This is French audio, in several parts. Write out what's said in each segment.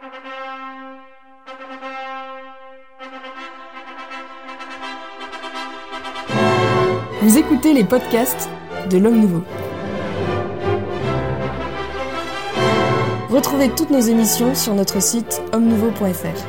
Vous écoutez les podcasts de l'Homme Nouveau. Retrouvez toutes nos émissions sur notre site hommenouveau.fr.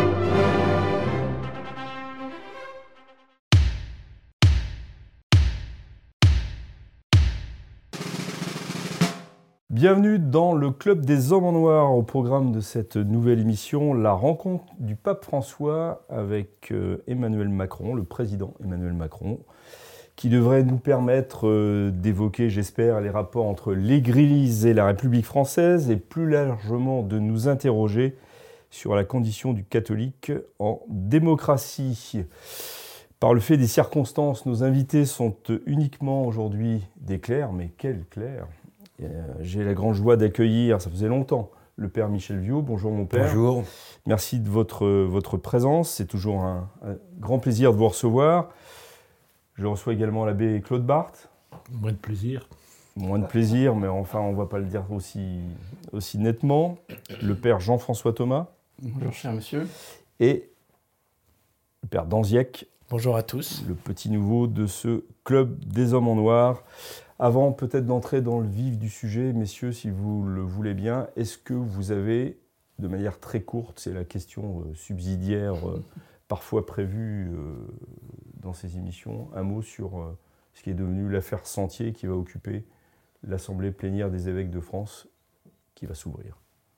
Bienvenue dans le Club des Hommes en Noir. Au programme de cette nouvelle émission, la rencontre du pape François avec Emmanuel Macron, le président Emmanuel Macron, qui devrait nous permettre d'évoquer, j'espère, les rapports entre l'Église et la République française et plus largement de nous interroger sur la condition du catholique en démocratie. Par le fait des circonstances, nos invités sont uniquement aujourd'hui des clercs, mais quels clercs ? J'ai la grande joie d'accueillir, ça faisait longtemps, le père Michel Viaud. Bonjour mon père. Bonjour. Merci de votre présence, c'est toujours un grand plaisir de vous recevoir. Je reçois également l'abbé Claude Barthes. Moins de plaisir. Moins de plaisir, mais enfin, on ne va pas le dire aussi nettement. Le père Jean-François Thomas. Bonjour, cher monsieur. Et le père Danziec. Bonjour à tous. Le petit nouveau de ce Club des Hommes en Noir. Avant peut-être d'entrer dans le vif du sujet, messieurs, si vous le voulez bien, est-ce que vous avez, de manière très courte, c'est la question subsidiaire parfois prévue dans ces émissions, un mot sur ce qui est devenu l'affaire Sentier qui va occuper l'Assemblée plénière des évêques de France qui va s'ouvrir.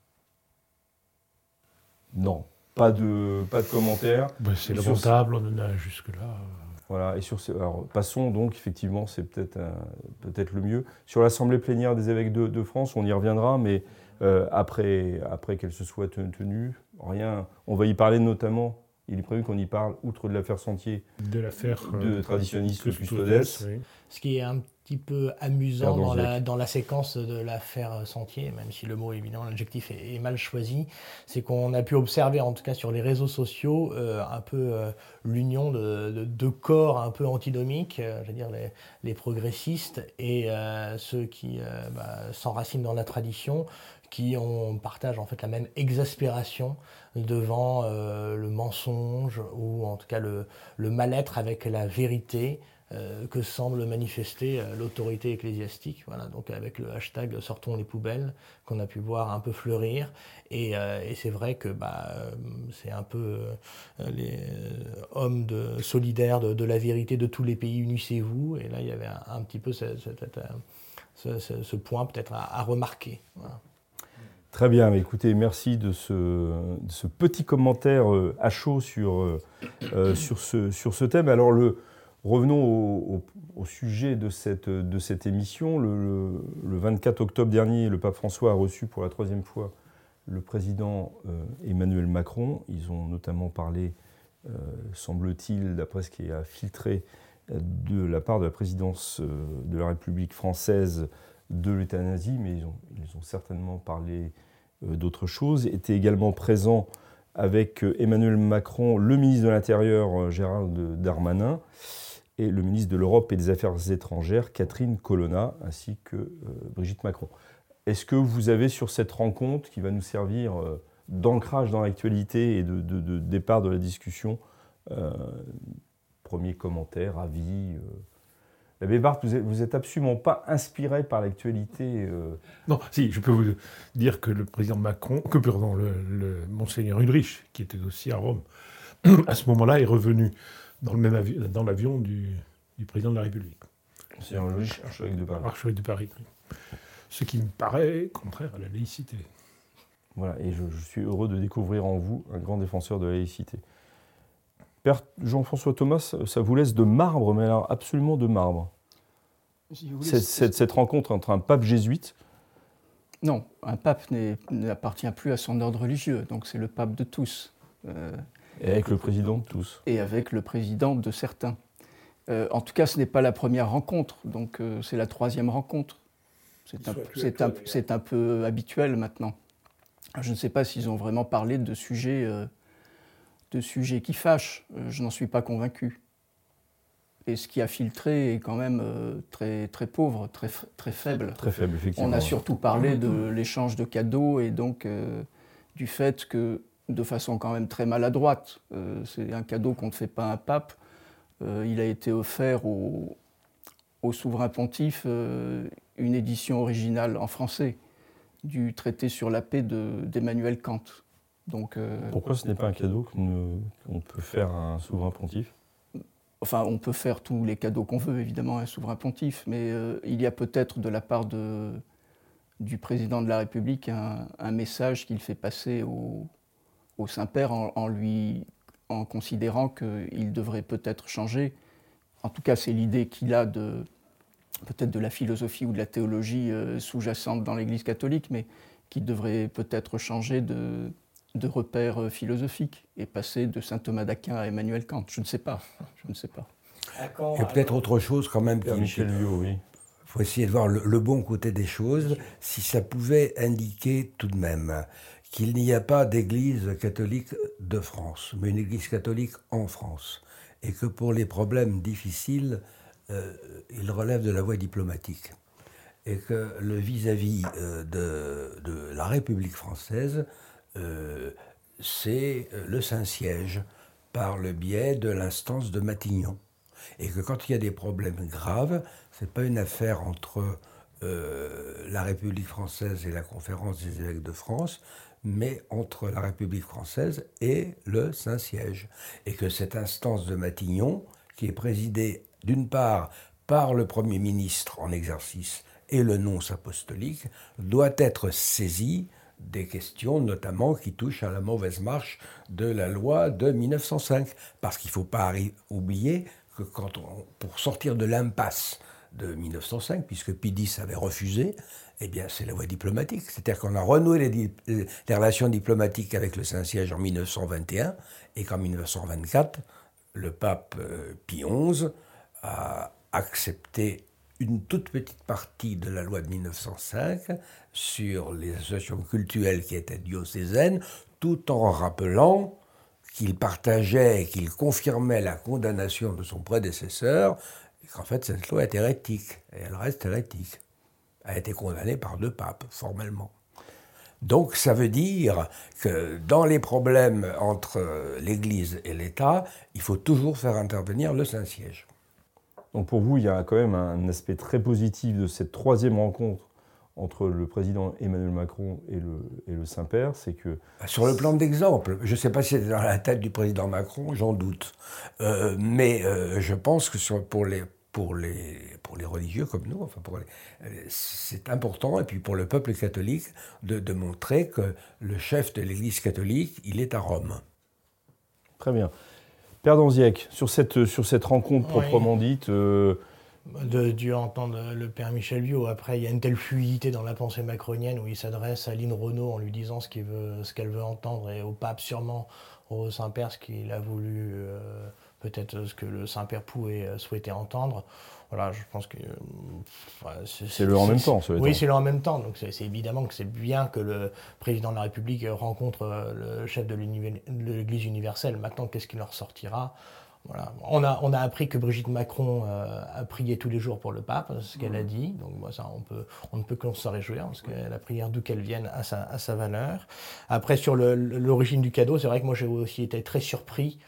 Non, pas de commentaires. Ben, c'est lamentable, on en a jusque-là. Voilà, et alors, passons donc, effectivement, c'est peut-être le mieux. Sur l'Assemblée plénière des évêques de France, on y reviendra, mais après qu'elle se soit tenue, rien. On va y parler notamment. Il est prévu qu'on y parle, outre de l'affaire Sentier, de l'affaire de traditionnistes custodes. Oui. Ce qui est un petit peu amusant dans la séquence de l'affaire Sentier, même si le mot, évidemment, l'adjectif est mal choisi, c'est qu'on a pu observer, en tout cas sur les réseaux sociaux, un peu l'union de deux corps un peu antinomiques, je veux dire les progressistes et ceux qui s'enracinent dans la tradition, qui partagent en fait la même exaspération devant le mensonge ou en tout cas le mal-être avec la vérité que semble manifester l'autorité ecclésiastique. Voilà, donc avec le hashtag Sortons les poubelles qu'on a pu voir un peu fleurir et c'est vrai que c'est un peu les hommes solidaires de la vérité de tous les pays, unissez-vous, et là il y avait un petit peu ce point peut-être à remarquer. Voilà. Très bien, écoutez, merci de ce petit commentaire à chaud sur ce thème. Alors, revenons au sujet de cette émission. Le 24 octobre dernier, le pape François a reçu pour la troisième fois le président Emmanuel Macron. Ils ont notamment parlé, semble-t-il, d'après ce qui a filtré de la part de la présidence de la République française, de l'euthanasie, mais ils ont certainement parlé d'autres choses. Était également présent avec Emmanuel Macron le ministre de l'Intérieur Gérald Darmanin et le ministre de l'Europe et des Affaires étrangères Catherine Colonna, ainsi que Brigitte Macron. Est-ce que vous avez sur cette rencontre qui va nous servir d'ancrage dans l'actualité et de départ de la discussion, premier commentaire, avis L'abbé Barthes, vous êtes absolument pas inspiré par l'actualité. Non, si, je peux vous dire que le président Macron, le monseigneur Ulrich, qui était aussi à Rome, à ce moment-là, est revenu dans l'avion du président de la République. Monseigneur Ulrich, archevêque de Paris. Archevêque de Paris, oui. Ce qui me paraît contraire à la laïcité. Voilà, et je suis heureux de découvrir en vous un grand défenseur de la laïcité. Père Jean-François Thomas, ça vous laisse de marbre, mais alors absolument de marbre. Cette rencontre entre un pape jésuite. Non, un pape n'appartient plus à son ordre religieux, donc c'est le pape de tous. Et avec le président de tous. Et avec le président de certains. En tout cas, ce n'est pas la première rencontre, donc c'est la troisième rencontre. C'est un peu habituel maintenant. Je ne sais pas s'ils ont vraiment parlé de sujets qui fâchent. Je n'en suis pas convaincu. Et ce qui a filtré est quand même très, très pauvre, très faible. Très faible, effectivement. On a surtout parlé de l'échange de cadeaux et donc du fait que, de façon quand même très maladroite, c'est un cadeau qu'on ne fait pas à un pape, il a été offert au souverain pontife une édition originale en français du traité sur la paix d'Emmanuel Kant. Donc, pourquoi ce n'est pas un cadeau qu'on peut faire à un souverain pontife ? Enfin, on peut faire tous les cadeaux qu'on veut, évidemment, à un souverain pontife, mais il y a peut-être de la part du président de la République un message qu'il fait passer au Saint-Père en considérant qu'il devrait peut-être changer. En tout cas, c'est l'idée qu'il a peut-être de la philosophie ou de la théologie sous-jacente dans l'Église catholique, mais qu'il devrait peut-être changer de repères philosophiques et passer de saint Thomas d'Aquin à Emmanuel Kant. Je ne sais pas. Et peut-être autre chose quand même. Michel Viau, oui. Il faut essayer de voir le bon côté des choses, si ça pouvait indiquer tout de même qu'il n'y a pas d'église catholique de France, mais une église catholique en France, et que pour les problèmes difficiles, il relève de la voie diplomatique, et que le vis-à-vis de la République française, c'est le Saint-Siège, par le biais de l'instance de Matignon. Et que quand il y a des problèmes graves, ce n'est pas une affaire entre la République française et la Conférence des évêques de France, mais entre la République française et le Saint-Siège. Et que cette instance de Matignon, qui est présidée d'une part par le Premier ministre en exercice et le nonce apostolique, doit être saisie des questions notamment qui touchent à la mauvaise marche de la loi de 1905. Parce qu'il ne faut pas oublier que pour sortir de l'impasse de 1905, puisque Pie X avait refusé, eh bien c'est la voie diplomatique. C'est-à-dire qu'on a renoué les relations diplomatiques avec le Saint-Siège en 1921, et qu'en 1924, le pape Pie XI a accepté une toute petite partie de la loi de 1905 sur les associations cultuelles qui étaient diocésaines, tout en rappelant qu'il partageait et qu'il confirmait la condamnation de son prédécesseur, et qu'en fait cette loi est hérétique, et elle reste hérétique. Elle a été condamnée par 2 papes, formellement. Donc ça veut dire que dans les problèmes entre l'Église et l'État, il faut toujours faire intervenir le Saint-Siège. Donc pour vous, il y a quand même un aspect très positif de cette 3e rencontre entre le président Emmanuel Macron et le Saint-Père, c'est que... Sur le plan d'exemple, je ne sais pas si c'est dans la tête du président Macron, j'en doute. Mais je pense que pour les religieux comme nous, c'est important, et puis pour le peuple catholique, de montrer que le chef de l'Église catholique, il est à Rome. Très bien. Père Danziac, sur cette rencontre proprement dite... Dû entendre le père Michel Viau. Après, il y a une telle fluidité dans la pensée macronienne où il s'adresse à Lynn Renaud en lui disant ce qu'elle veut entendre, et au pape sûrement, au Saint-Père ce qu'il a voulu, peut-être ce que le Saint-Père pouvait souhaiter entendre. Voilà, je pense que... c'est le en même temps, ça. Oui, c'est le en même temps. Donc c'est évidemment que c'est bien que le président de la République rencontre le chef de l'Église universelle. Maintenant, qu'est-ce qu'il en ressortira ? Voilà. On a appris que Brigitte Macron a prié tous les jours pour le pape, ce qu'elle a dit. Donc ça, on ne peut que s'en réjouir, parce que la prière, d'où qu'elle vienne, a sa valeur. Après, sur l'origine du cadeau, c'est vrai que moi j'ai aussi été très surpris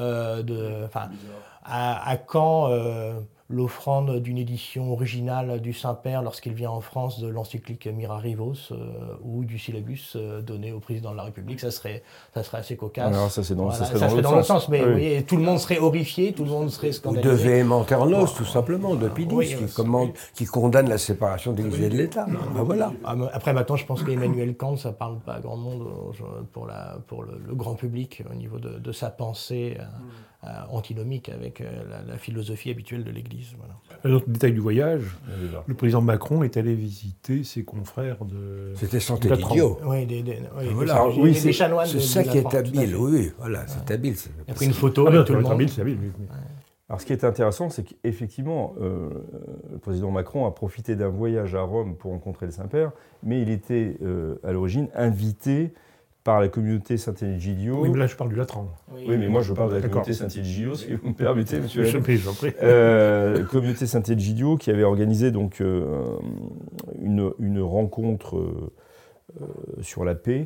à quand l'offrande d'une édition originale du Saint-Père lorsqu'il vient en France de l'encyclique Mirarivos ou du syllabus donné au président de la République. Ça serait assez cocasse. Alors ça, ça serait dans le sens. Mais oui. Vous voyez, tout le monde serait horrifié, tout le monde serait scandalisé. Ou de Véhémenternos, tout simplement, de Pie X, qui condamne la séparation de l'Église et de l'État. Ben voilà. Après, maintenant, je pense qu'Emmanuel Kant, ça ne parle pas à grand monde pour le grand public au niveau de sa pensée antinomique avec la philosophie habituelle de l'Église. Voilà. Un autre détail du voyage, le président Macron est allé visiter ses confrères de... C'était Sant'Egidio. Oui, des chanoines. C'est ça qui est habile, oui, voilà, c'est habile. Il a pris une photo avec tout le monde. C'est habile, oui. Alors ce qui est intéressant, c'est qu'effectivement, le président Macron a profité d'un voyage à Rome pour rencontrer le Saint-Père, mais il était à l'origine invité par la communauté Sant'Egidio. Oui, mais là je parle du Latran. Oui, mais moi je parle de la communauté Sant'Egidio, si vous me permettez, monsieur. J'en prie. Communauté Sant'Egidio qui avait organisé donc une rencontre sur la paix,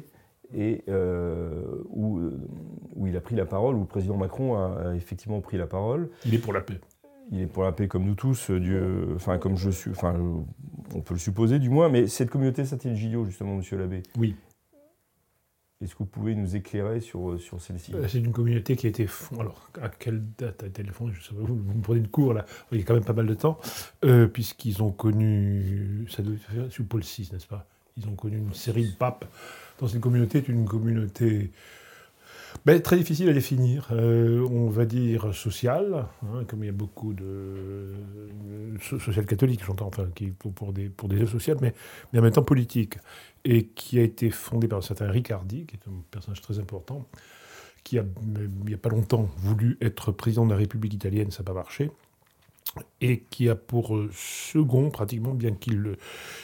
et où il a pris la parole, où le président Macron a effectivement pris la parole. Il est pour la paix. Il est pour la paix comme nous tous, comme je suis, on peut le supposer du moins, mais cette communauté Saint-Égidio, justement, Monsieur l'abbé. Oui. Est-ce que vous pouvez nous éclairer sur celle-ci ? C'est une communauté qui a été fondée. Alors, à quelle date a été fondée ? Je sais pas, vous me prenez de court, là. Il y a quand même pas mal de temps, puisqu'ils ont connu. Ça doit être sous Paul VI, n'est-ce pas ? Ils ont connu une série de papes. Dans cette communauté, c'est une communauté très difficile à définir. On va dire sociale, comme il y a beaucoup de social catholiques, j'entends, qui pour des œuvres sociales, mais en même temps politique, et qui a été fondée par un certain Riccardi, qui est un personnage très important, qui a, il n'y a pas longtemps, voulu être président de la République italienne, ça n'a pas marché, et qui a pour second, pratiquement, bien qu'il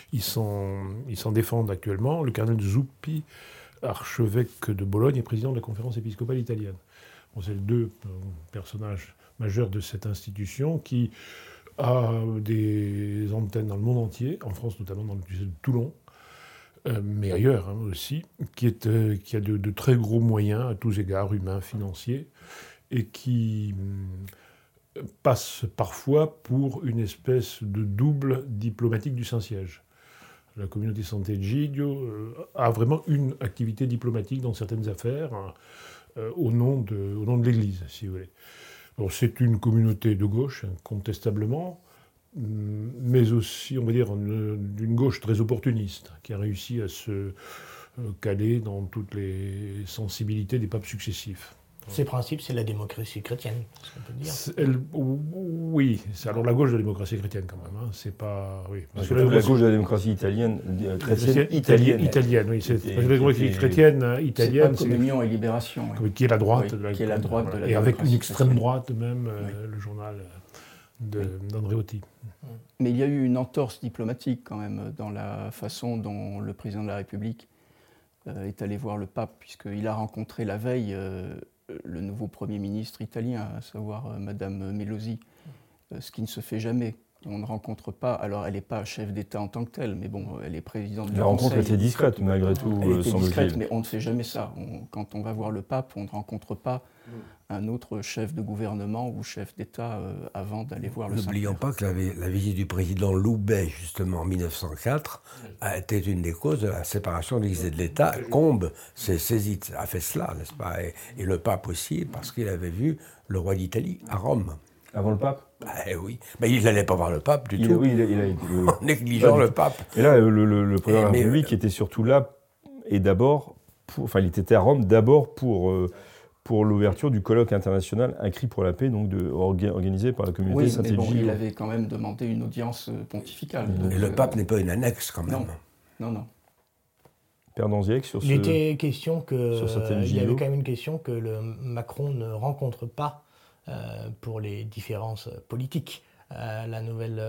s'en défende actuellement, le cardinal Zuppi, archevêque de Bologne et président de la conférence épiscopale italienne. Bon, c'est les deux personnages majeurs de cette institution qui a des antennes dans le monde entier, en France notamment dans le diocèse de Toulon, mais ailleurs aussi, qui a de très gros moyens à tous égards, humains, financiers, et qui passe parfois pour une espèce de double diplomatique du Saint-Siège. La communauté Sant'Egidio a vraiment une activité diplomatique dans certaines affaires au nom de l'Église, si vous voulez. Alors, c'est une communauté de gauche, incontestablement, mais aussi, on va dire, d'une gauche très opportuniste, qui a réussi à se caler dans toutes les sensibilités des papes successifs. Ces principes, c'est la démocratie chrétienne, ce qu'on peut dire. Oui, c'est alors la gauche de la démocratie chrétienne quand même. C'est pas. Oui. Parce que la gauche de la démocratie italienne, chrétienne, italienne, oui. C'est la démocratie chrétienne italienne. C'est Communion et Libération. Oui. Qui est la droite. Oui, qui est la droite de la et avec une extrême droite même, le journal d'Andreotti. Mais il y a eu une entorse diplomatique quand même dans la façon dont le président de la République est allé voir le pape, puisqu'il a rencontré la veille le nouveau Premier ministre italien, à savoir Madame Melosi, ce qui ne se fait jamais. On ne rencontre pas, alors elle n'est pas chef d'État en tant que telle, mais bon, elle est présidente du Conseil. La rencontre était discrète, malgré tout, elle était discrète, semble-t-il. mais on ne fait jamais ça. Quand on va voir le pape, on ne rencontre pas un autre chef de gouvernement ou chef d'État avant d'aller voir le Saint-Père. N'oublions pas que la visite du président Loubet, justement, en 1904, a été une des causes de la séparation de l'Église et de l'État. Combes s'est saisi, a fait cela, n'est-ce pas, et le pape aussi, parce qu'il avait vu le roi d'Italie à Rome. Avant le pape ? Oui, mais il n'allait pas voir le pape du tout, il a en négligeant le pape. Et là, le président de la République était surtout là, et d'abord, il était à Rome d'abord pour l'ouverture du colloque international Un cri pour la paix, donc organisé par la communauté Saint-Égidio. Oui, mais bon, il avait quand même demandé une audience pontificale. Et le pape n'est pas une annexe, quand même. Non. Père Danziec, sur il était question que il y avait quand même une question que le Macron ne rencontre pas pour les différences politiques. La nouvelle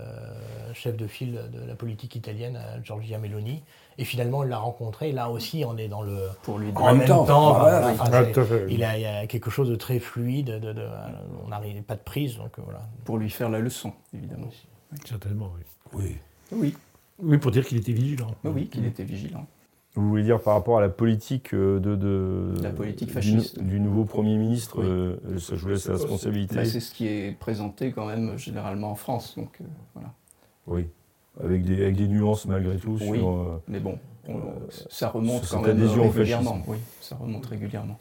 chef de file de la politique italienne, Giorgia Meloni, et finalement il l'a rencontré. Là aussi, on est dans le pour lui en même temps. Il y a quelque chose de très fluide. On n'arrive pas de prise, donc voilà. Pour lui faire la leçon, évidemment. Certainement, oui. Oui, pour dire qu'il était vigilant. Oui, qu'il était vigilant. Vous voulez dire par rapport à la politique la politique fasciste du nouveau Premier ministre, ça, je vous laisse la responsabilité. C'est ce qui est présenté quand même généralement en France, donc voilà. Oui, avec des nuances malgré tout. Oui, mais bon, ça remonte quand même régulièrement. Oui, ça remonte régulièrement.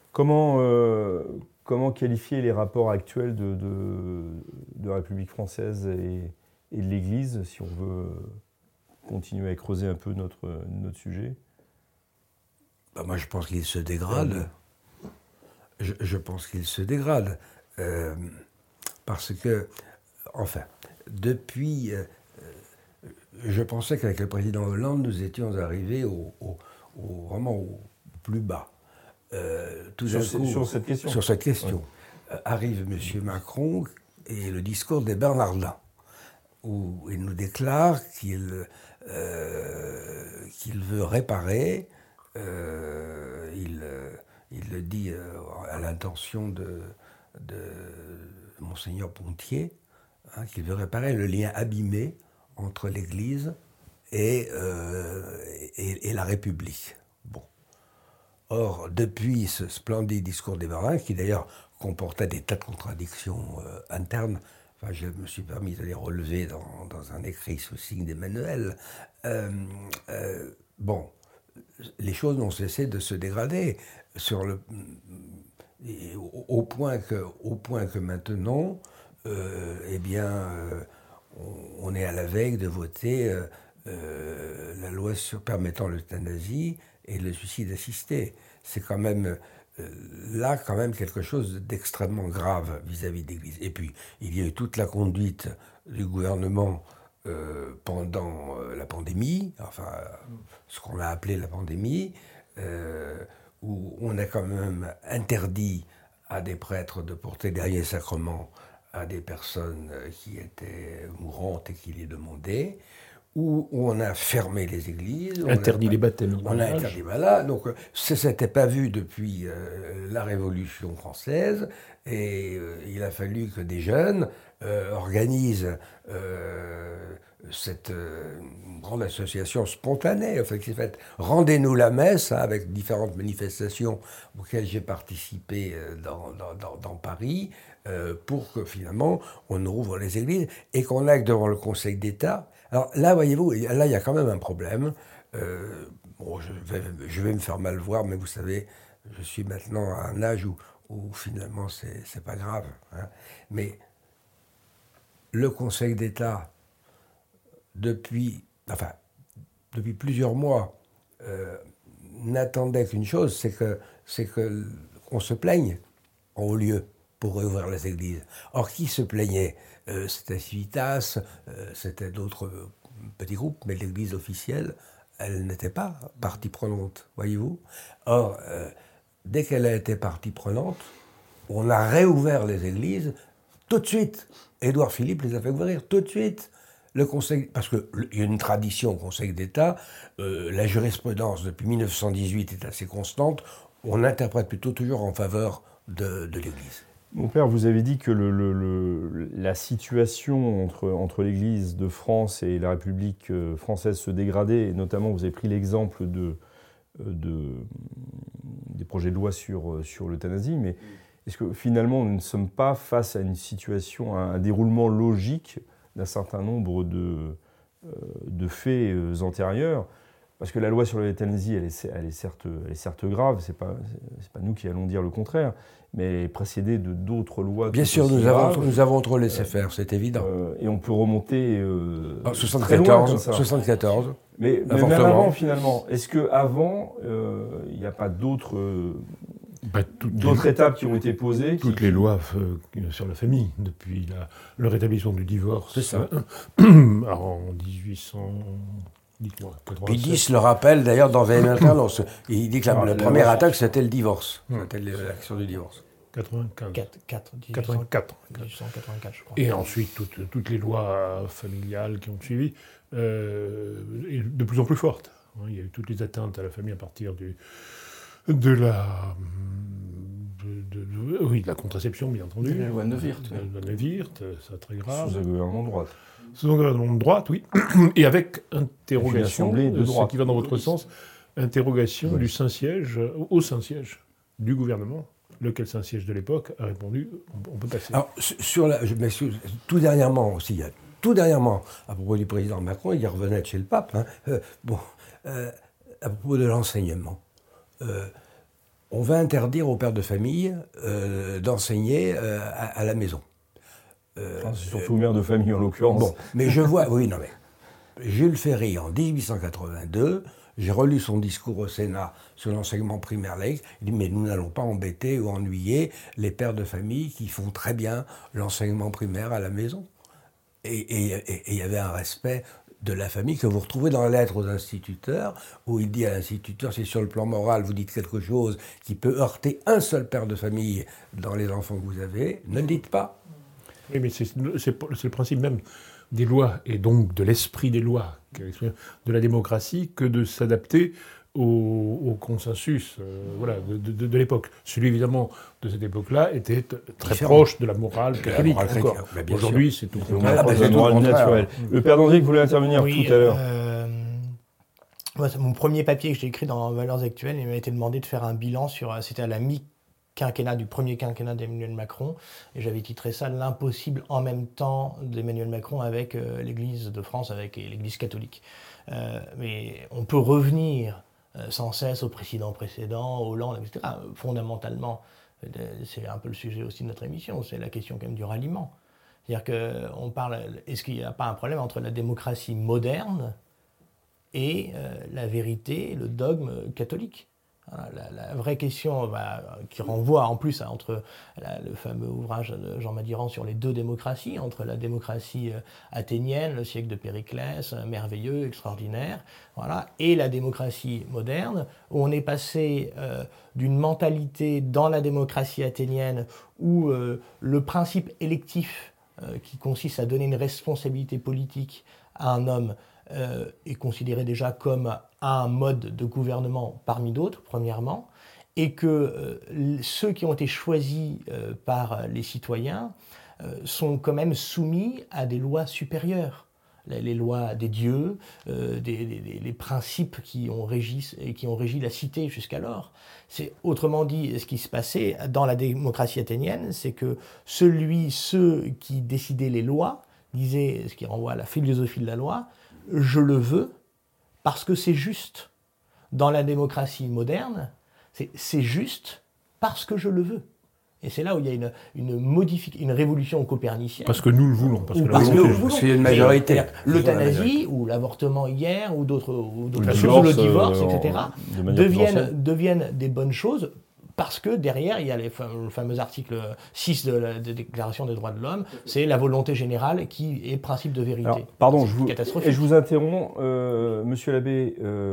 Comment qualifier les rapports actuels de la République française et de l'Église, si on veut continuer à creuser un peu notre sujet? Moi, je pense qu'il se dégrade. Je pense qu'il se dégrade. Parce que, enfin, depuis... je pensais qu'avec le président Hollande, nous étions arrivés vraiment au plus bas. Sur cette question. Sur cette question. Arrive M. Macron et le discours des Bernardins, où il nous déclare qu'il veut réparer. Il le dit à l'intention de Monseigneur Pontier, qu'il veut réparer le lien abîmé entre l'Église et la République. Bon, Or, depuis ce splendide discours des Marins, qui d'ailleurs comportait des tas de contradictions internes, enfin, je me suis permis de les relever dans un écrit sous signe d'Emmanuel, bon, les choses n'ont cessé de se dégrader au point que maintenant, eh bien, on est à la veille de voter la loi permettant l'euthanasie et le suicide assisté. C'est quand même là quand même quelque chose d'extrêmement grave vis-à-vis de l'Église. Et puis, il y a eu toute la conduite du gouvernement pendant la pandémie, enfin, ce qu'on a appelé la pandémie, où on a quand même interdit à des prêtres de porter des derniers sacrements à des personnes qui étaient mourantes et qui les demandaient, où on a fermé les églises. Interdit les baptêmes. On a interdit, voilà. Donc, ça ne s'était pas vu depuis la Révolution française, et il a fallu que des jeunes organisent cette grande association spontanée, enfin, qui s'est faite « Rendez-nous la messe », avec différentes manifestations auxquelles j'ai participé dans Paris, pour que finalement on ouvre les églises et qu'on aille devant le Conseil d'État. Alors là, voyez-vous, là il y a quand même un problème. Bon, je vais me faire mal voir, mais vous savez, je suis maintenant à un âge où finalement c'est pas grave. Hein. Mais le Conseil d'État, depuis plusieurs mois, n'attendait qu'une chose, c'est qu'on se plaigne en haut lieu pour réouvrir les églises. Or, qui se plaignait? C'était Civitas, c'était d'autres petits groupes, mais l'église officielle, elle n'était pas partie prenante, voyez-vous. Or, dès qu'elle a été partie prenante, on a réouvert les églises tout de suite. Édouard Philippe les a fait ouvrir tout de suite. Le Conseil, parce qu'il y a une tradition au Conseil d'État, la jurisprudence depuis 1918 est assez constante, on interprète plutôt toujours en faveur de l'Église. Mon père, vous avez dit que la situation entre l'Église de France et la République française se dégradait, et notamment vous avez pris l'exemple des projets de loi sur l'euthanasie, mais est-ce que finalement nous ne sommes pas face à une situation, à un déroulement logique d'un certain nombre de faits antérieurs? Parce que la loi sur l'euthanasie, elle est certes grave, c'est pas nous qui allons dire le contraire, mais elle est précédée de d'autres lois. Bien sûr, nous avons trop laissé faire, c'est évident. Et on peut remonter 74. Mais même avant, finalement, est-ce qu'avant, il n'y a pas d'autres étapes qui ont été posées? Toutes les lois sur la famille, depuis le rétablissement du divorce. C'est ça. En 1800... Dites-moi. Pidis le rappelle d'ailleurs dans Véhémental, il dit que la première attaque c'était le divorce, c'était l'action du divorce. 1884, je crois. Et ensuite toutes les lois familiales qui ont suivi, et de plus en plus fortes. Il y a eu toutes les atteintes à la famille à partir de la contraception, bien entendu. La loi Neuwirth. La Neuwirth, c'est très grave. Sous un gouvernement de droite. Sous un gouvernement de droite, oui. Et avec interrogation, de droite. ce qui va dans votre sens, interrogation du Saint-Siège, au Saint-Siège du gouvernement. Lequel Saint-Siège de l'époque a répondu on peut passer. Alors, tout dernièrement aussi, à propos du président Macron, il revenait de chez le pape, à propos de l'enseignement. On va interdire aux pères de famille d'enseigner à la maison. C'est surtout mère de famille en l'occurrence. Bon, mais je vois, Jules Ferry en 1882, j'ai relu son discours au Sénat sur l'enseignement primaire laïque, il dit mais nous n'allons pas embêter ou ennuyer les pères de famille qui font très bien l'enseignement primaire à la maison. Et il y avait un respect de la famille que vous retrouvez dans la lettre aux instituteurs, où il dit à l'instituteur, si sur le plan moral vous dites quelque chose qui peut heurter un seul père de famille dans les enfants que vous avez, ne le dites pas. Oui, mais c'est le principe même des lois, et donc de l'esprit des lois, de la démocratie, que de s'adapter au consensus de l'époque. Celui, évidemment, de cette époque-là était très proche de la morale catholique. Aujourd'hui, c'est tout naturel. Le père d'André voulait intervenir tout à l'heure. Moi, mon premier papier que j'ai écrit dans Valeurs actuelles, il m'a été demandé de faire un bilan c'était à la mi-quinquennat du premier quinquennat d'Emmanuel Macron, et j'avais titré ça « L'impossible en même temps d'Emmanuel Macron avec l'Église de France, avec l'Église catholique ». Mais on peut revenir sans cesse au précédent, Hollande, etc. Fondamentalement, c'est un peu le sujet aussi de notre émission, c'est la question quand même du ralliement. C'est-à-dire qu'on parle, est-ce qu'il n'y a pas un problème entre la démocratie moderne et la vérité, le dogme catholique? Voilà, la vraie question qui renvoie en plus entre le fameux ouvrage de Jean Madiran sur les deux démocraties, entre la démocratie athénienne, le siècle de Périclès, merveilleux, extraordinaire, voilà, et la démocratie moderne, où on est passé d'une mentalité dans la démocratie athénienne où le principe électif qui consiste à donner une responsabilité politique à un homme est considéré déjà comme un mode de gouvernement parmi d'autres, premièrement, et que ceux qui ont été choisis par les citoyens sont quand même soumis à des lois supérieures. Les lois des dieux, les principes qui ont régi la cité jusqu'alors. C'est, autrement dit, ce qui se passait dans la démocratie athénienne, c'est que ceux qui décidaient les lois disaient, ce qui renvoie à la philosophie de la loi, je le veux parce que c'est juste. Dans la démocratie moderne, c'est juste parce que je le veux. Et c'est là où il y a une révolution copernicienne. Parce que nous le voulons. Parce qu'il y a une majorité. L'euthanasie, ou l'avortement hier, ou d'autres choses, le divorce, etc., deviennent des bonnes choses parce que derrière, il y a le fameux article 6 de la Déclaration des droits de l'homme, c'est la volonté générale qui est principe de vérité. Alors, pardon, je vous interromps. Monsieur l'abbé,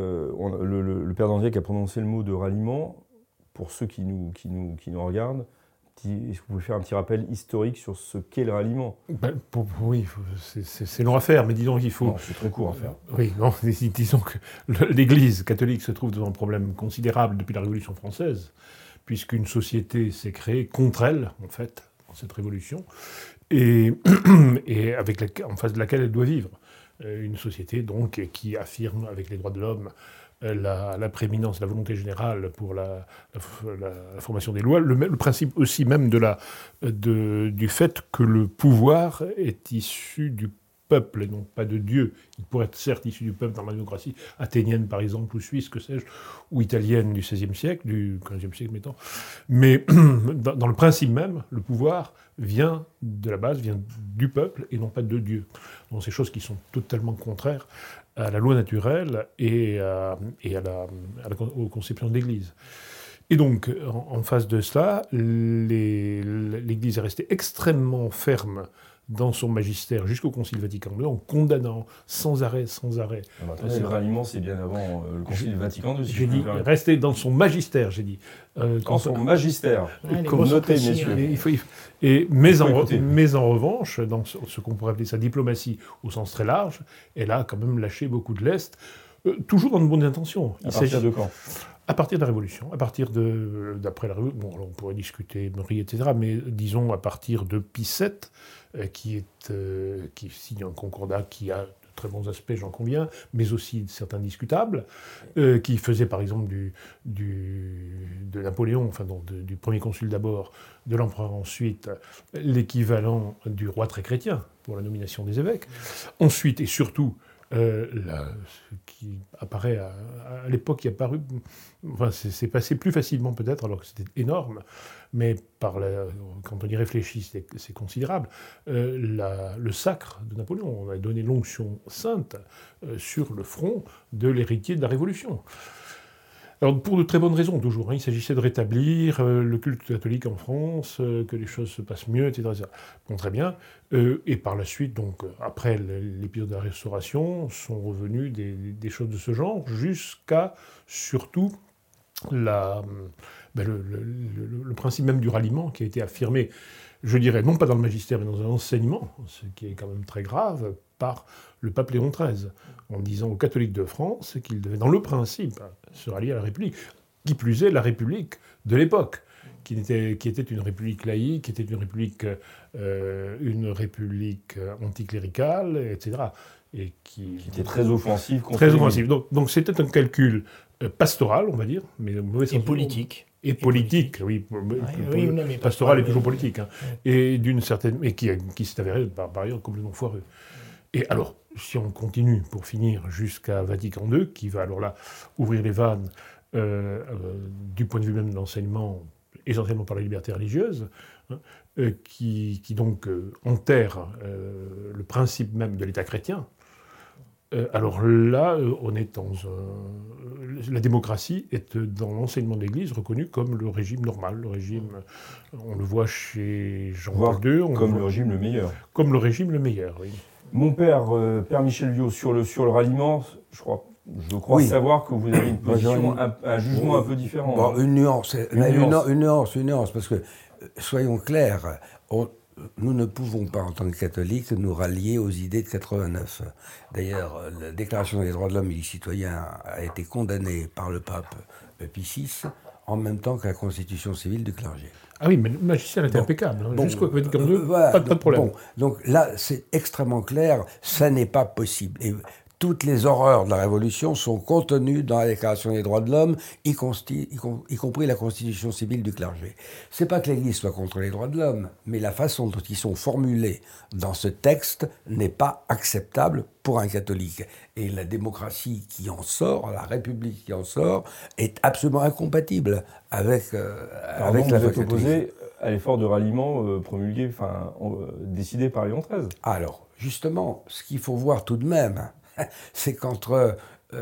le père d'Andiac a prononcé le mot de ralliement. Pour ceux qui nous regardent, est-ce que vous pouvez faire un petit rappel historique sur ce qu'est le ralliement? Oui, c'est long à faire, mais disons qu'il faut... Non, c'est très court à faire. Oui, non, disons que l'Église catholique se trouve devant un problème considérable depuis la Révolution française, puisqu'une société s'est créée contre elle, en fait, dans cette révolution, et en face de laquelle elle doit vivre. Une société, donc, qui affirme, avec les droits de l'homme, la prééminence, la volonté générale pour la formation des lois, le principe aussi même du fait que le pouvoir est issu du peuple et non pas de Dieu. Il pourrait être certes issu du peuple dans la démocratie athénienne, par exemple, ou suisse, que sais-je, ou italienne du XVIe siècle, du XVe siècle, mettons. Mais dans le principe même, le pouvoir vient de la base, vient du peuple et non pas de Dieu. Donc ces choses qui sont totalement contraires à la loi naturelle et aux conceptions de l'Église. Et donc, en face de cela, l'Église est restée extrêmement ferme dans son magistère jusqu'au Concile Vatican II, en condamnant sans arrêt. Le ralliement, c'est bien avant le Concile Vatican II. J'ai dit rester dans son magistère, j'ai dit. Dans son magistère, comme noté, messieurs. Mais en revanche, dans ce qu'on pourrait appeler sa diplomatie au sens très large, elle a quand même lâché beaucoup de lest, toujours dans de bonnes intentions. À partir de quand ? À partir de la Révolution, d'après la Révolution, on pourrait discuter Marie, etc., mais disons à partir de Pie VII, qui signe un concordat qui a de très bons aspects, j'en conviens, mais aussi certains discutables, qui faisait par exemple de Napoléon, enfin du premier consul d'abord, de l'empereur ensuite, l'équivalent du roi très chrétien pour la nomination des évêques. Ensuite et surtout, ce qui apparaît à l'époque, qui est apparu, enfin, c'est passé plus facilement peut-être, alors que c'était énorme, mais quand on y réfléchit, c'est considérable. Le sacre de Napoléon, on a donné l'onction sainte sur le front de l'héritier de la Révolution. Alors, pour de très bonnes raisons, toujours. Il s'agissait de rétablir le culte catholique en France, que les choses se passent mieux, etc. Bon, très bien. Et par la suite, donc, après l'épisode de la Restauration, sont revenues des choses de ce genre, jusqu'à, surtout, le principe même du ralliement, qui a été affirmé, je dirais, non pas dans le magistère, mais dans un enseignement, ce qui est quand même très grave, par le pape Léon XIII, en disant aux catholiques de France qu'ils devaient, dans le principe, se rallier à la République. Qui plus est, la République de l'époque, qui était une République laïque, qui était une République anticléricale, etc. et qui était très offensif. Très offensif. Donc c'était un calcul pastoral, on va dire, mais et politique. Et politique, oui. Pastoral est toujours politique. Hein. Et d'une certaine, et qui s'est avéré par ailleurs complètement foireux. Et alors, si on continue pour finir jusqu'à Vatican II, qui va alors là ouvrir les vannes du point de vue même de l'enseignement, essentiellement par la liberté religieuse, hein, qui donc enterre le principe même de l'État chrétien. Alors là, on est dans la démocratie est dans l'enseignement de l'Église reconnue comme le régime normal, le régime, on le voit chez Jean-Paul II. Comme le régime le meilleur. Comme le régime le meilleur, oui. Mon père, Père Michel Viaud, sur le ralliement, je crois oui. Savoir que vous avez une position, un jugement un peu différent. Bon, une nuance, parce que, soyons clairs, nous ne pouvons pas, en tant que catholiques, nous rallier aux idées de 89. D'ailleurs, la Déclaration des droits de l'homme et du citoyen a été condamnée par le pape Pie VI en même temps que la constitution civile du clergé. Ah oui, mais le magistère était impeccable. Jusqu'au Vatican II, pas de problème. Donc là, c'est extrêmement clair, ça n'est pas possible. Et toutes les horreurs de la Révolution sont contenues dans la Déclaration des droits de l'homme, y compris la constitution civile du clergé. C'est pas que l'Église soit contre les droits de l'homme, mais la façon dont ils sont formulés dans ce texte n'est pas acceptable pour un catholique. Et la démocratie qui en sort, la République qui en sort, est absolument incompatible avec la foi catholique. Vous êtes opposé à l'effort de ralliement décidé par Léon XIII. Alors, justement, ce qu'il faut voir tout de même, c'est qu'entre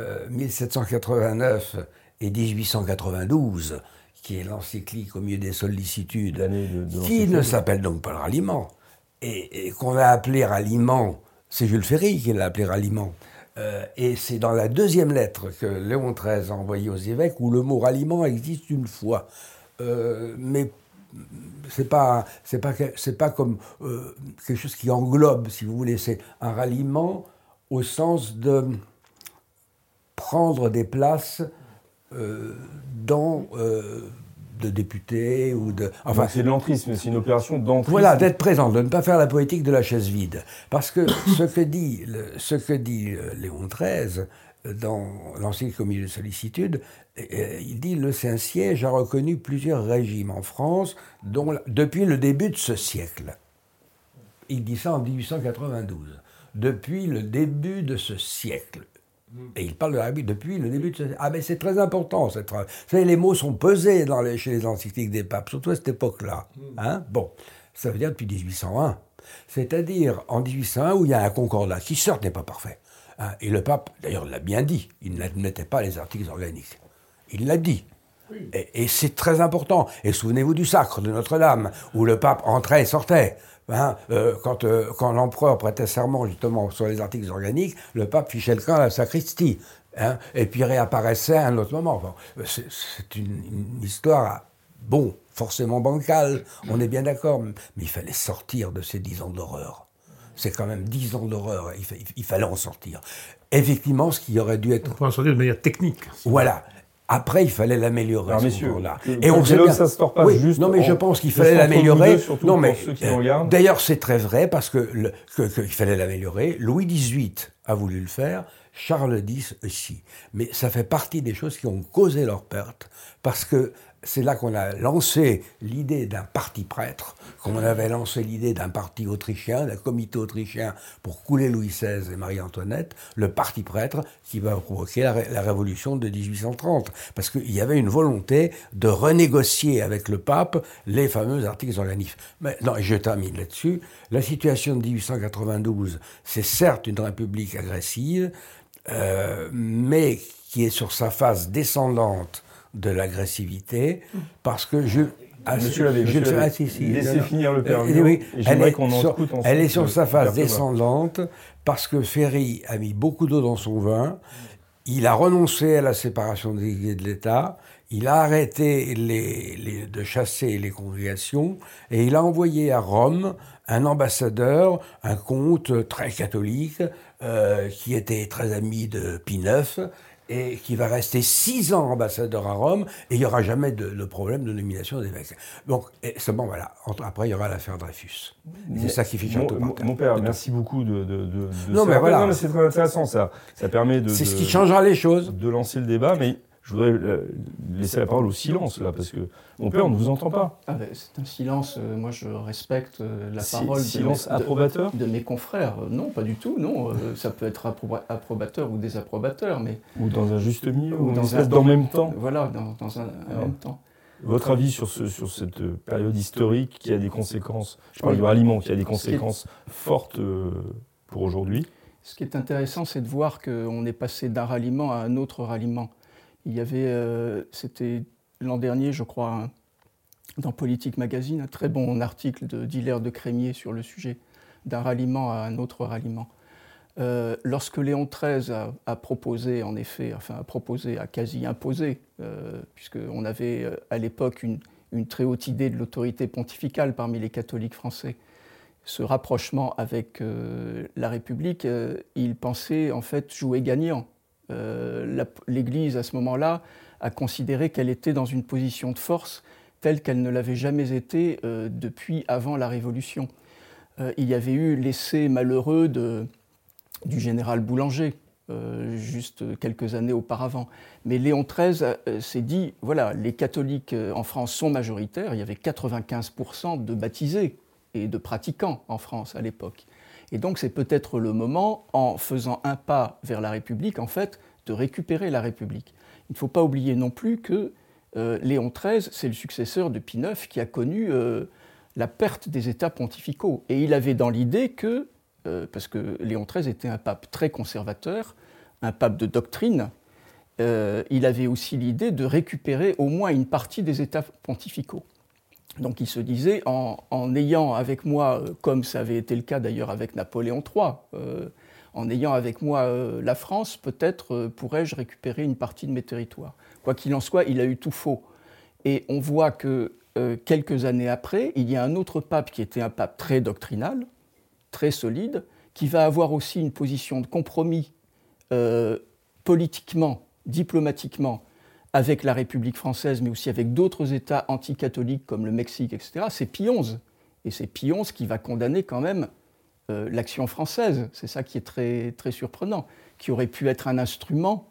1789 et 1892, qui est l'encyclique au milieu des sollicitudes, qui ne s'appelle donc pas le ralliement, et qu'on a appelé ralliement, c'est Jules Ferry qui l'a appelé ralliement, et c'est dans la deuxième lettre que Léon XIII a envoyée aux évêques où le mot ralliement existe une fois. Mais c'est pas comme quelque chose qui englobe, si vous voulez, c'est un ralliement au sens de prendre des places de députés ou de... Enfin, c'est de l'entrisme, c'est une opération d'entrisme. Voilà, d'être présent, de ne pas faire la poétique de la chaise vide. Parce que ce que dit Léon XIII dans l'encyclique au milieu de sollicitude, il dit « Le Saint-Siège a reconnu plusieurs régimes en France depuis le début de ce siècle. » Il dit ça en 1892. Depuis le début de ce siècle. Et il parle de la République depuis le début de ce siècle. Ah, mais c'est très important, cette phrase. Vous savez, les mots sont pesés chez les encycliques des papes, surtout à cette époque-là. Hein? Bon, ça veut dire depuis 1801. C'est-à-dire en 1801 où il y a un concordat, qui certes n'est pas parfait. Hein? Et le pape, d'ailleurs, l'a bien dit, il n'admettait pas les articles organiques. Il l'a dit. Oui. Et c'est très important. Et souvenez-vous du sacre de Notre-Dame, où le pape entrait et sortait. Hein, quand l'empereur prêtait serment justement sur les articles organiques, le pape fichait le camp à la sacristie, hein, et puis réapparaissait à un autre moment. Bon, c'est une histoire, bon, forcément bancale, on est bien d'accord, mais il fallait sortir de ces 10 ans d'horreur. C'est quand même 10 ans d'horreur, il fallait en sortir. Effectivement, ce qui aurait dû être... On peut en sortir de manière technique. Voilà. Après, il fallait l'améliorer. Alors, messieurs, et on sait bien. Ça se tord pas juste. Non, mais je pense qu'il fallait l'améliorer. Non, mais d'ailleurs, c'est très vrai parce qu'il fallait l'améliorer. Louis XVIII a voulu le faire, Charles X aussi. Mais ça fait partie des choses qui ont causé leur perte parce que c'est là qu'on a lancé l'idée d'un parti prêtre, qu'on avait lancé l'idée d'un parti autrichien, d'un comité autrichien pour couler Louis XVI et Marie-Antoinette, le parti prêtre qui va provoquer la révolution de 1830. Parce qu'il y avait une volonté de renégocier avec le pape les fameux articles organiques. Mais non, je termine là-dessus. La situation de 1892, c'est certes une république agressive, mais qui est sur sa phase descendante de l'agressivité, parce que Monsieur Labbé, laissez finir le père Viaud, oui, et j'aimerais qu'on en discute ensemble. Elle est sur sa phase descendante, parce que Ferry a mis beaucoup d'eau dans son vin, il a renoncé à la séparation des Églises et de l'État, il a arrêté de chasser les congrégations, et il a envoyé à Rome un ambassadeur, un comte très catholique, qui était très ami de Pie IX, et qui va rester 6 ans ambassadeur à Rome, et il n'y aura jamais de problème de nomination d'évêque. Donc, seulement, voilà, après, il y aura l'affaire Dreyfus. C'est ça qui fiche un peu par terre. Mon père, merci beaucoup de non, mais voilà. Non, mais c'est très intéressant, ça. Ça permet c'est ce qui changera les choses. De lancer le débat, mais je voudrais laisser la parole au silence, là, parce que mon père, on ne vous entend pas. Ah ben, c'est un silence, moi je respecte la parole silence approbateur de mes confrères. Non, pas du tout, non. Ça peut être approbateur ou désapprobateur, mais... Ou dans un juste milieu, ou dans en même temps. Voilà, dans un même temps. Votre avis sur cette période historique qui a des conséquences, je parle du ralliement, qui a des conséquences fortes pour aujourd'hui? Ce qui est intéressant, c'est de voir qu'on est passé d'un ralliement à un autre ralliement. Il y avait, c'était l'an dernier, je crois, dans Politique Magazine, un très bon article d'Hilaire de Crémier sur le sujet, d'un ralliement à un autre ralliement. Lorsque Léon XIII a proposé, en effet, a quasi imposé, puisqu'on avait à l'époque une très haute idée de l'autorité pontificale parmi les catholiques français, ce rapprochement avec la République, il pensait en fait jouer gagnant. L'Église, à ce moment-là, a considéré qu'elle était dans une position de force telle qu'elle ne l'avait jamais été depuis avant la Révolution. Il y avait eu l'essai malheureux du général Boulanger, juste quelques années auparavant. Mais Léon XIII s'est dit, voilà, les catholiques en France sont majoritaires, il y avait 95% de baptisés et de pratiquants en France à l'époque. Et donc c'est peut-être le moment, en faisant un pas vers la République, en fait, de récupérer la République. Il ne faut pas oublier non plus que Léon XIII, c'est le successeur de Pie IX qui a connu la perte des États pontificaux. Et il avait dans l'idée que, parce que Léon XIII était un pape très conservateur, un pape de doctrine, il avait aussi l'idée de récupérer au moins une partie des États pontificaux. Donc il se disait, en ayant avec moi, comme ça avait été le cas d'ailleurs avec Napoléon III, en ayant avec moi la France, peut-être pourrais-je récupérer une partie de mes territoires. Quoi qu'il en soit, il a eu tout faux. Et on voit que quelques années après, il y a un autre pape qui était un pape très doctrinal, très solide, qui va avoir aussi une position de compromis politiquement, diplomatiquement, avec la République française, mais aussi avec d'autres États anticatholiques comme le Mexique, etc., c'est Pie XI. Et c'est Pie XI qui va condamner quand même l'action française. C'est ça qui est très, très surprenant, qui aurait pu être un instrument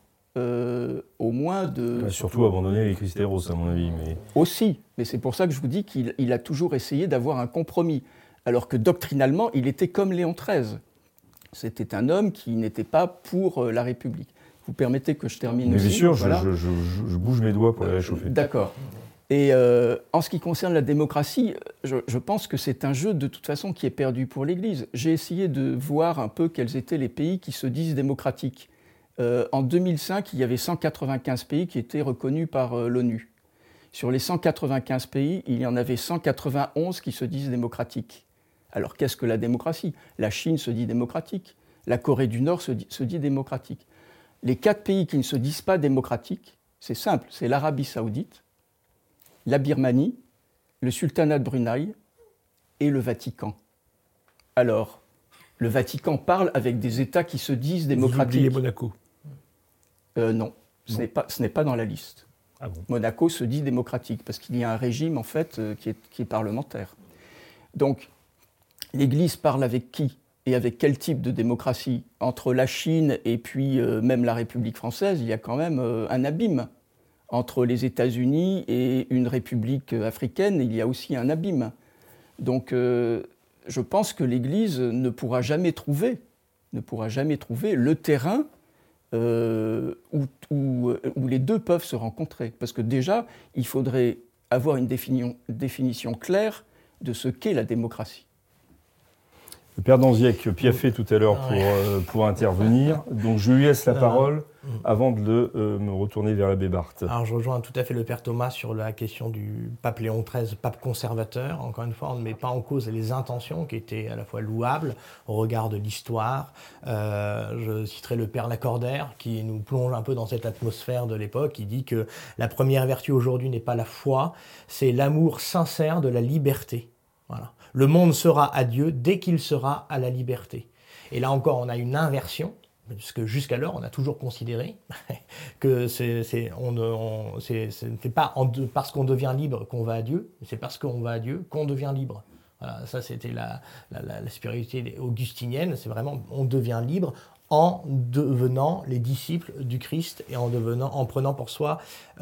au moins de... Surtout abandonner les Cristeros, à mon avis. Mais... Aussi, mais c'est pour ça que je vous dis qu'il a toujours essayé d'avoir un compromis, alors que doctrinalement, il était comme Léon XIII. C'était un homme qui n'était pas pour la République. Vous permettez que je termine mais aussi. bien sûr, voilà. je bouge mes doigts pour les réchauffer. D'accord. Et en ce qui concerne la démocratie, je pense que c'est un jeu de toute façon qui est perdu pour l'Église. J'ai essayé de voir un peu quels étaient les pays qui se disent démocratiques. En 2005, il y avait 195 pays qui étaient reconnus par l'ONU. Sur les 195 pays, il y en avait 191 qui se disent démocratiques. Alors qu'est-ce que la démocratie? La Chine se dit démocratique, la Corée du Nord se dit démocratique. Les 4 pays qui ne se disent pas démocratiques, c'est simple, c'est l'Arabie Saoudite, la Birmanie, le Sultanat de Brunei et le Vatican. Alors, le Vatican parle avec des États qui se disent démocratiques. Vous oubliez Monaco? Non, ce n'est pas dans la liste. Ah bon. Monaco se dit démocratique parce qu'il y a un régime en fait qui est parlementaire. Donc, l'Église parle avec qui et avec quel type de démocratie? Entre la Chine et puis même la République française, il y a quand même un abîme. Entre les États-Unis et une république africaine, il y a aussi un abîme. Donc je pense que l'Église ne pourra jamais trouver le terrain où les deux peuvent se rencontrer. Parce que déjà, il faudrait avoir une définition claire de ce qu'est la démocratie. Le père Danziec piaffait tout à l'heure pour intervenir, donc je lui laisse la parole avant de me retourner vers l'abbé Barthes. Alors je rejoins tout à fait le père Thomas sur la question du pape Léon XIII, pape conservateur. Encore une fois, on ne met pas en cause les intentions qui étaient à la fois louables au regard de l'histoire. Je citerai le père Lacordaire qui nous plonge un peu dans cette atmosphère de l'époque. Il dit que la première vertu aujourd'hui n'est pas la foi, c'est l'amour sincère de la liberté. Voilà. Le monde sera à Dieu dès qu'il sera à la liberté. Et là encore, on a une inversion, Parce que jusqu'alors, on a toujours considéré que ce n'était pas parce qu'on devient libre qu'on va à Dieu, mais c'est parce qu'on va à Dieu qu'on devient libre. Voilà, ça, c'était la spiritualité augustinienne. C'est vraiment, on devient libre en devenant les disciples du Christ et en prenant pour soi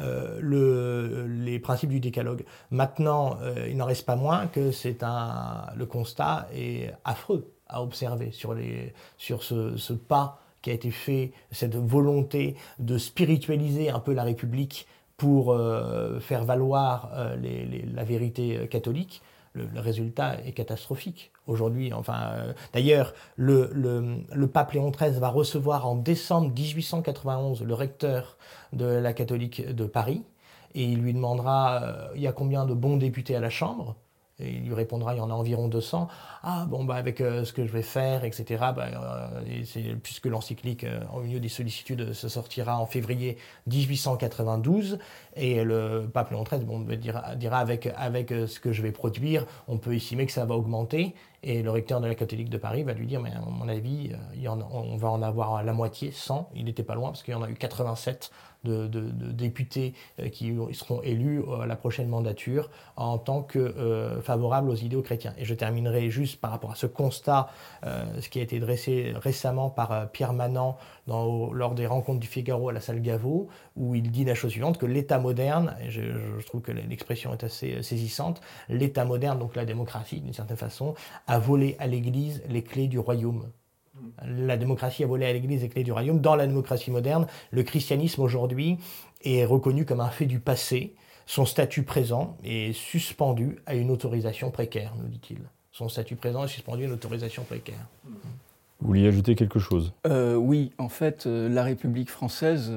les principes du décalogue. Maintenant, il n'en reste pas moins que le constat est affreux à observer sur ce pas qui a été fait, cette volonté de spiritualiser un peu la République pour faire valoir la vérité catholique. Le résultat est catastrophique. Aujourd'hui, d'ailleurs, le pape Léon XIII va recevoir en décembre 1891 le recteur de la catholique de Paris, et il lui demandera il y a combien de bons députés à la Chambre ? Et il lui répondra, il y en a environ 200. Ah, bon, avec ce que je vais faire, etc., puisque l'encyclique Au milieu des sollicitudes se sortira en février 1892, et le pape Léon XIII dira avec ce que je vais produire, on peut estimer que ça va augmenter. Et le recteur de la catholique de Paris va lui dire, mais à mon avis, on va en avoir la moitié, 100. Il n'était pas loin, parce qu'il y en a eu 87 de députés qui seront élus à la prochaine mandature en tant que favorables aux idéaux chrétiens. Et je terminerai juste par rapport à ce constat, ce qui a été dressé récemment par Pierre Manant lors des rencontres du Figaro à la salle Gaveau, où il dit la chose suivante, que l'État moderne, et je trouve que l'expression est assez saisissante, l'État moderne, donc la démocratie d'une certaine façon, a volé à l'Église les clés du royaume. La démocratie a volé à l'Église les clés du royaume. Dans la démocratie moderne, le christianisme aujourd'hui est reconnu comme un fait du passé. Son statut présent est suspendu à une autorisation précaire, nous dit-il. Son statut présent est suspendu à une autorisation précaire. Vous vouliez ajouter quelque chose ? Oui, en fait, la République française,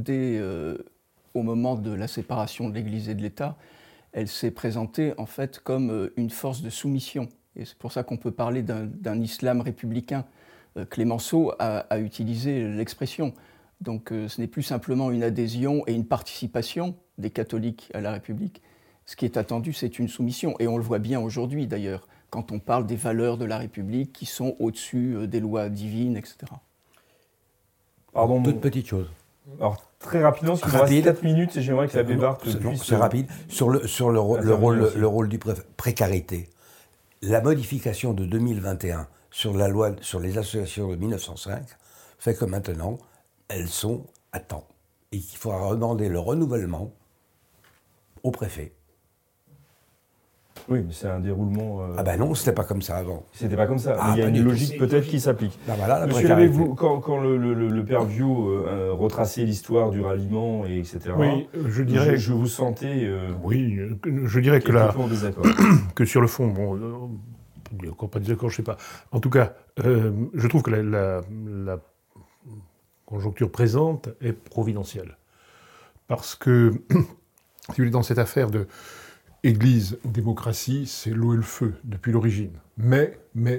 au moment de la séparation de l'Église et de l'État, elle s'est présentée en fait comme une force de soumission. Et c'est pour ça qu'on peut parler d'un islam républicain. Clémenceau a utilisé l'expression. Donc ce n'est plus simplement une adhésion et une participation des catholiques à la République. Ce qui est attendu, c'est une soumission. Et on le voit bien aujourd'hui d'ailleurs, quand on parle des valeurs de la République qui sont au-dessus des lois divines, etc. Pardon, toute petite chose. Alors très rapidement, parce qu'il nous reste 4 minutes et j'aimerais que l'abbé Barthes puisse... C'est rapide. Sur le rôle du précarité. La modification de 2021 sur la loi sur les associations de 1905 fait que maintenant, elles sont à temps. Et qu'il faudra demander le renouvellement au préfet. Oui, mais c'est un déroulement... Ah ben non, c'était pas comme ça avant. C'était pas comme ça. Il y a une logique peut-être qui s'applique. Ben voilà, Monsieur l'abbé, quand le père Viau retraçait l'histoire du ralliement, et etc., oui, je dirais... Je vous sentais... oui, je dirais que sur le fond, bon... il n'y a encore pas de désaccord, je ne sais pas. En tout cas, je trouve que la conjoncture présente est providentielle. Parce que, si vous voulez, dans cette affaire de Église, démocratie, c'est l'eau et le feu, depuis l'origine. Mais,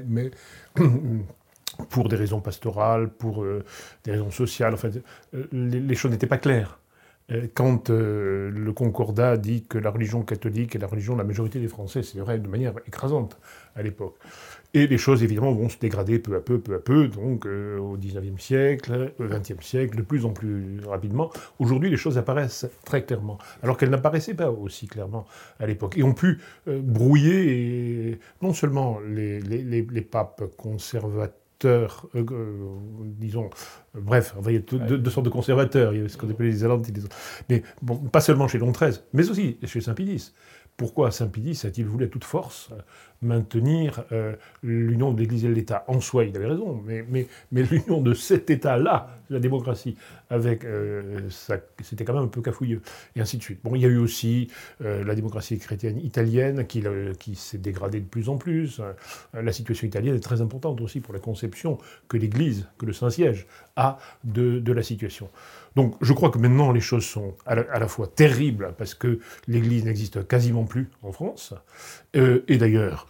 pour des raisons pastorales, pour des raisons sociales, en fait, les choses n'étaient pas claires. Quand le Concordat dit que la religion catholique est la religion de la majorité des Français, c'est vrai de manière écrasante à l'époque. Et les choses, évidemment, vont se dégrader peu à peu, donc au XIXe siècle, au XXe siècle, de plus en plus rapidement. Aujourd'hui, les choses apparaissent très clairement, alors qu'elles n'apparaissaient pas aussi clairement à l'époque. Et ont pu brouiller non seulement les papes conservateurs, disons, bref, il y a deux sortes de conservateurs, il y a ce qu'on appelle les Alantes et les autres. Mais bon, pas seulement chez Léon XIII, mais aussi chez Saint-Pédis. Pourquoi Saint-Pédis a-t-il voulu à toute force maintenir l'union de l'Église et de l'État ? En soi, il avait raison, mais l'union de cet État-là, la démocratie, avec ça, c'était quand même un peu cafouilleux, et ainsi de suite. Bon, il y a eu aussi la démocratie chrétienne italienne qui s'est dégradée de plus en plus. La situation italienne est très importante aussi pour la conception que l'Église, que le Saint-Siège a de la situation. Donc je crois que maintenant les choses sont à la fois terribles parce que l'Église n'existe quasiment plus en France, et d'ailleurs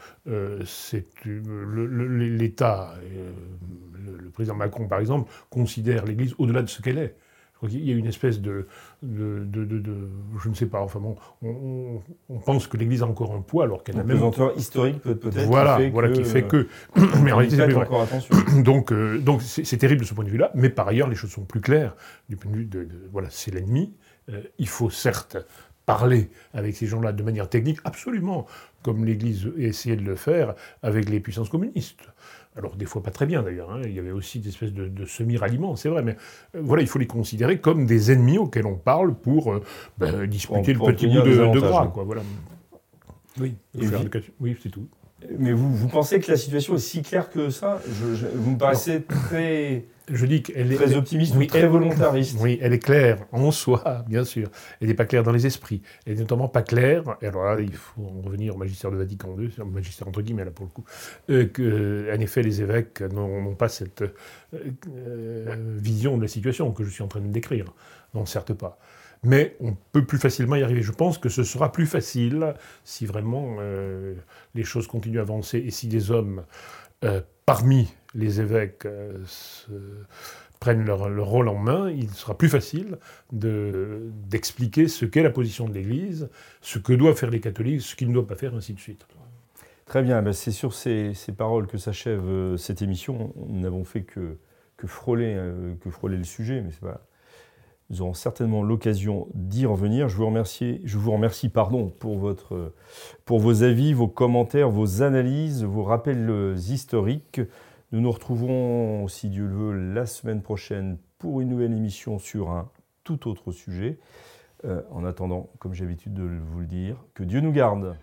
l'État, le président Macron par exemple, considère l'Église au-delà de ce qu'elle est. Je Donc il y a une espèce de je ne sais pas, enfin bon, on pense que l'Église a encore un poids alors qu'elle a même... Un pesanteur historique peut-être qui fait que... Mais en réalité, c'est pas encore attention. Donc c'est terrible de ce point de vue-là, mais par ailleurs, les choses sont plus claires du point de vue voilà, c'est l'ennemi. Il faut certes parler avec ces gens-là de manière technique, absolument, comme l'Église essayait de le faire avec les puissances communistes. Alors des fois pas très bien d'ailleurs, il y avait aussi des espèces de semi-ralliements, c'est vrai, mais voilà, il faut les considérer comme des ennemis auxquels on parle pour disputer le petit bout de gras, quoi, voilà. Oui, oui, c'est tout. Mais vous pensez que la situation est si claire que ça ? Vous me paraissez très... Je dis qu'elle est très optimiste, oui, très volontariste. Oui, elle est claire en soi, bien sûr. Elle n'est pas claire dans les esprits. Elle n'est notamment pas claire, et alors là, il faut en revenir au magistère de Vatican II, au magistère entre guillemets, là, pour le coup, qu'en effet, les évêques n'ont pas cette vision de la situation que je suis en train de décrire. Non, certes pas. Mais on peut plus facilement y arriver. Je pense que ce sera plus facile si vraiment les choses continuent à avancer et si des hommes parmi les évêques prennent leur rôle en main, il sera plus facile d'expliquer ce qu'est la position de l'Église, ce que doivent faire les catholiques, ce qu'ils ne doivent pas faire, ainsi de suite. Très bien, c'est sur ces paroles que s'achève cette émission. Nous n'avons fait que frôler le sujet, mais c'est pas... Nous aurons certainement l'occasion d'y revenir. Je vous remercie pour vos avis, vos commentaires, vos analyses, vos rappels historiques. Nous nous retrouvons, si Dieu le veut, la semaine prochaine pour une nouvelle émission sur un tout autre sujet. En attendant, comme j'ai l'habitude de vous le dire, que Dieu nous garde.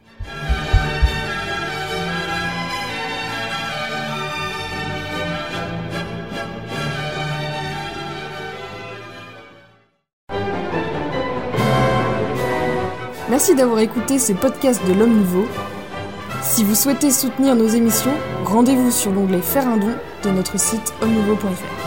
Merci d'avoir écouté ce podcast de l'Homme Nouveau. Si vous souhaitez soutenir nos émissions, rendez-vous sur l'onglet Faire un don de notre site hommenouveau.fr.